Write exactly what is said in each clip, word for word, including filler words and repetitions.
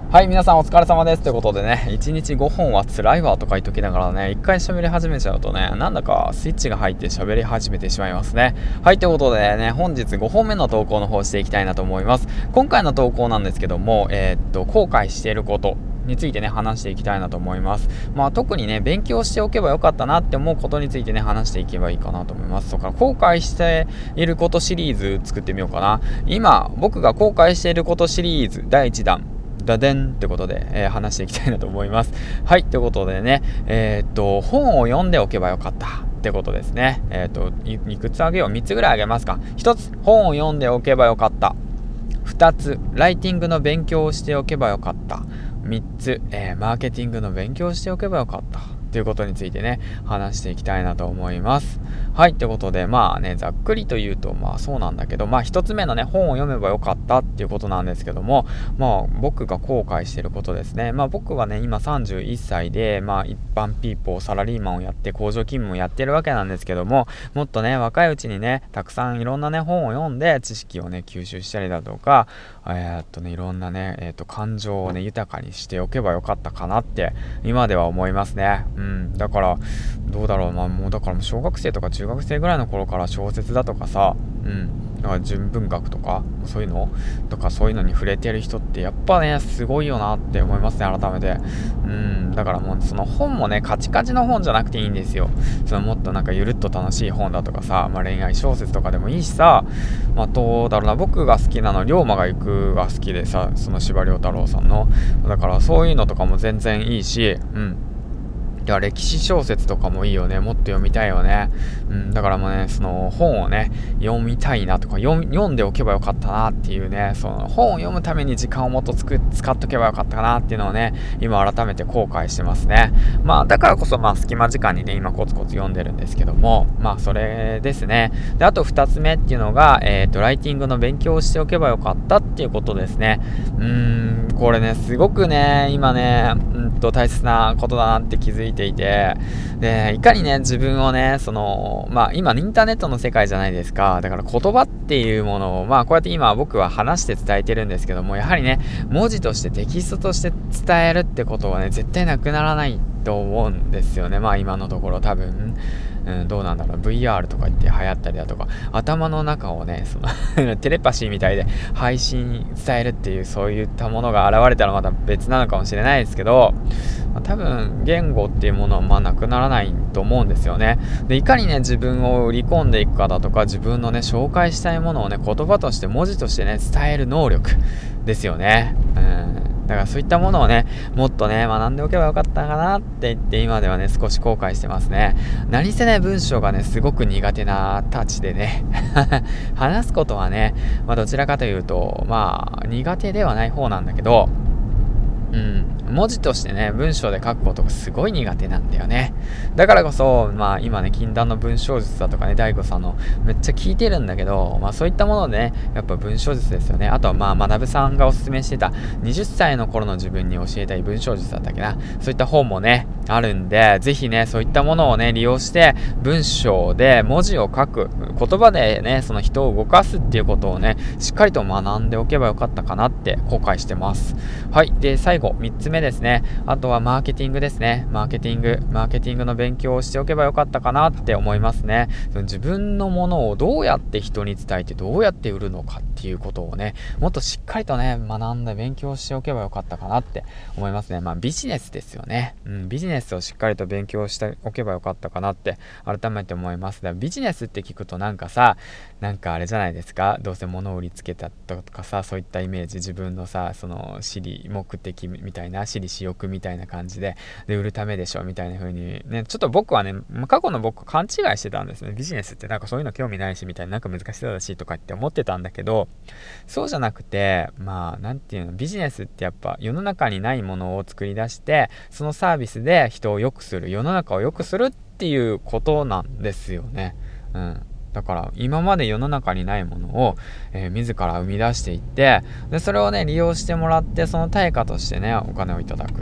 はい、皆さんお疲れ様です。ということでね、いちにちごほんは辛いわとか言っときながらね、いっかい喋り始めちゃうとね、なんだかスイッチが入って喋り始めてしまいますね。はい、ということでね、本日ごほんめの投稿の方していきたいなと思います。今回の投稿なんですけども、えー、っと、後悔していることについてね、話していきたいなと思います。まあ特にね、勉強しておけばよかったなって思うことについてね、話していけばいいかなと思います。そっから後悔していることシリーズ作ってみようかな。今、僕が後悔していることシリーズだいいちだん。ダデンってことで、えー、話していきたいなと思います。はい、ということでね、えー、っと、本を読んでおけばよかったってことですね。えー、っとい、いくつあげよう ?みっ つぐらいあげますか。ひとつ、本を読んでおけばよかった。ふたつ、ライティングの勉強をしておけばよかった。みっつ、えー、マーケティングの勉強をしておけばよかったということについてね、話していきたいなと思います。はい、ということで、まあね、ざっくりと言うと、まあそうなんだけど、まあ一つ目のね、本を読めばよかったっていうことなんですけども、まあ僕が後悔していることですね。まあ僕はね、今さんじゅういっさいで、まあ一般ピーポー、サラリーマンをやって、工場勤務をやってるわけなんですけども、もっとね、若いうちにね、たくさんいろんなね、本を読んで、知識をね、吸収したりだとか、えー、っとね、いろんなね、えー、っと、感情をね、豊かにしておけばよかったかなって、今では思いますね。うん、だからどうだろう、まあもうだから小学生とか中学生ぐらいの頃から小説だとかさ、うんだから純文学とかそういうのとかそういうのに触れてる人ってやっぱねすごいよなって思いますね、改めて。うんだからもうその本もねカチカチの本じゃなくていいんですよ。そのもっとなんかゆるっと楽しい本だとかさ、まあ、恋愛小説とかでもいいしさ、まあ、どうだろうな、僕が好きなの龍馬が行くが好きでさ、その司馬遼太郎さんのだからそういうのとかも全然いいし、うんいや歴史小説とかもいいよね。もっと読みたいよね。うん、だからもうね、その本をね、読みたいなとか、読読んでおけばよかったなっていうね、その本を読むために時間をもっとつく使っとけばよかったかなっていうのをね、今改めて後悔してますね。まあ、だからこそ、まあ、隙間時間にね、今コツコツ読んでるんですけども、まあ、それですね。で、あと二つ目っていうのが、えっと、ライティングの勉強をしておけばよかったっていうことですね。うーん、これね、すごくね、今ね、うんと、大切なことだなって気づいてていて、でいかにね自分をねそのまあ今インターネットの世界じゃないですか。だから言葉っていうものをまあこうやって今僕は話して伝えてるんですけども、やはりね文字としてテキストとして伝えるってことはね絶対なくならないと思うんですよね。まあ今のところ多分、うん、どうなんだろう ブイアール とか言って流行ったりだとか、頭の中をねそのテレパシーみたいで配信伝えるっていうそういったものが現れたらまた別なのかもしれないですけど、まあ、多分言語っていうものはまあなくならないと思うんですよね。でいかにね自分を売り込んでいくかだとか、自分のね紹介したいものをね言葉として文字としてね伝える能力ですよね。うんだからそういったものをねもっとね学んでおけばよかったかなって言って今ではね少し後悔してますね。何せね文章がねすごく苦手なたちでね話すことはね、まあ、どちらかというとまあ苦手ではない方なんだけど、うん文字としてね文章で書くことがすごい苦手なんだよね。だからこそまあ今ね禁断の文章術だとかね大悟さんのめっちゃ聞いてるんだけど、まあそういったものでねやっぱ文章術ですよね。あとはまあ学さんがおすすめしてたはたちの頃の自分に教えたい文章術だったっけな、そういった本もねあるんで、ぜひねそういったものをね利用して文章で文字を書く、言葉でねその人を動かすっていうことをねしっかりと学んでおけばよかったかなって後悔してます。はい。で最後みっつめですね。あとはマーケティングですね。マーケティングマーケティングの勉強をしておけばよかったかなって思いますね。その自分のものをどうやって人に伝えてどうやって売るのかっていうことをねもっとしっかりとね学んで勉強しておけばよかったかなって思いますね。まあビジネスですよね。うん、ビジネスをしっかりと勉強しておけばよかったかなって改めて思います。だからビジネスって聞くとなんかさなんかあれじゃないですか、どうせ物を売りつけたとかさ、そういったイメージ、自分のさその私利目的みたいな私利私欲みたいな感じでで売るためでしょみたいな風にね、ちょっと僕はね過去の僕勘違いしてたんですね。ビジネスってなんかそういうの興味ないしみたいな、なんか難しそうだしとかって思ってたんだけど、そうじゃなくてまあなんていうの、ビジネスってやっぱ世の中にないものを作り出してそのサービスで人を良くする、世の中を良くするっていうことなんですよね。うんだから今まで世の中にないものを、えー、自ら生み出していって、でそれをね利用してもらってその対価としてねお金をいただくっていう、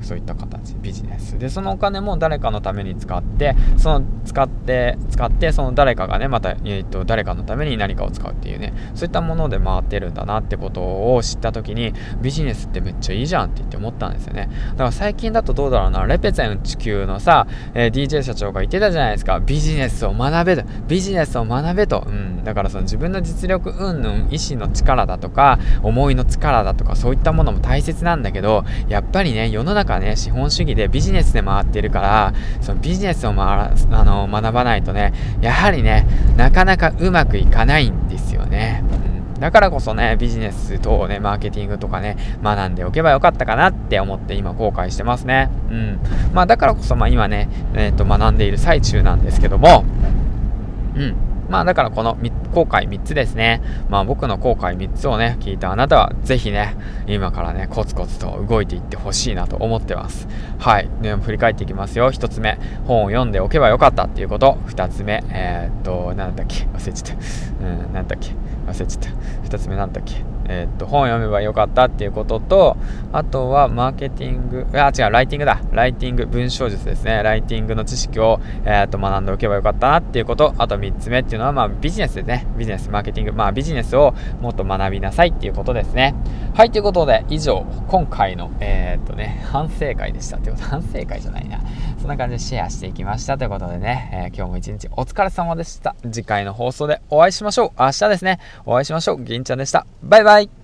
そういった形、ビジネスで、そのお金も誰かのために使って、その使って使ってその誰かがねまた、えー、と誰かのために何かを使うっていうね、そういったもので回ってるんだなってことを知った時に、ビジネスってめっちゃいいじゃんって言って思ったんですよね。だから最近だとどうだろうな、レペゼン地球のさ、えー、ディージェー 社長が言ってたじゃないですか。ビジネスを学べと、ビジネスを学べと、うん、だからその自分の実力云々、意志の力だとか思いの力だとか、そういったものも大切なんだけど、やっぱりね世の中ね資本主義でビジネスで回ってるから、そのビジネスを回らあの学ばないとね、やはりねなかなかうまくいかないんですよね。うん、だからこそねビジネスとねマーケティングとかね学んでおけばよかったかなって思って今後悔してますね。うん、まあだからこそまあ今ねえっと学んでいる最中なんですけども、うんまあだからこの後悔みっつですね。まあ僕の後悔みっつをね聞いたあなたはぜひね今からねコツコツと動いていってほしいなと思ってます。はい、でも振り返っていきますよ。ひとつめ、本を読んでおけばよかったっていうこと。ふたつめ、えー、っとなんだっけ忘れちゃった、うん、なんだっけ忘れちゃったふたつめなんだっけえー、っと本を読めばよかったっていうことと、あとはマーケティング、あ違うライティングだライティング文章術ですね。ライティングの知識を、えー、っと学んでおけばよかったなっていうこと。あとみっつめっていうのはまあビジネスですね。ビジネスマーケティング、まあビジネスをもっと学びなさいっていうことですね。はい、ということで以上今回のえー、っとね反省会でしたってこと。反省会じゃないな、そんな感じでシェアしていきましたということでね、えー、今日も一日お疲れ様でした。次回の放送でお会いしましょう。明日ですねお会いしましょう。銀ちゃんでした。バイバイ。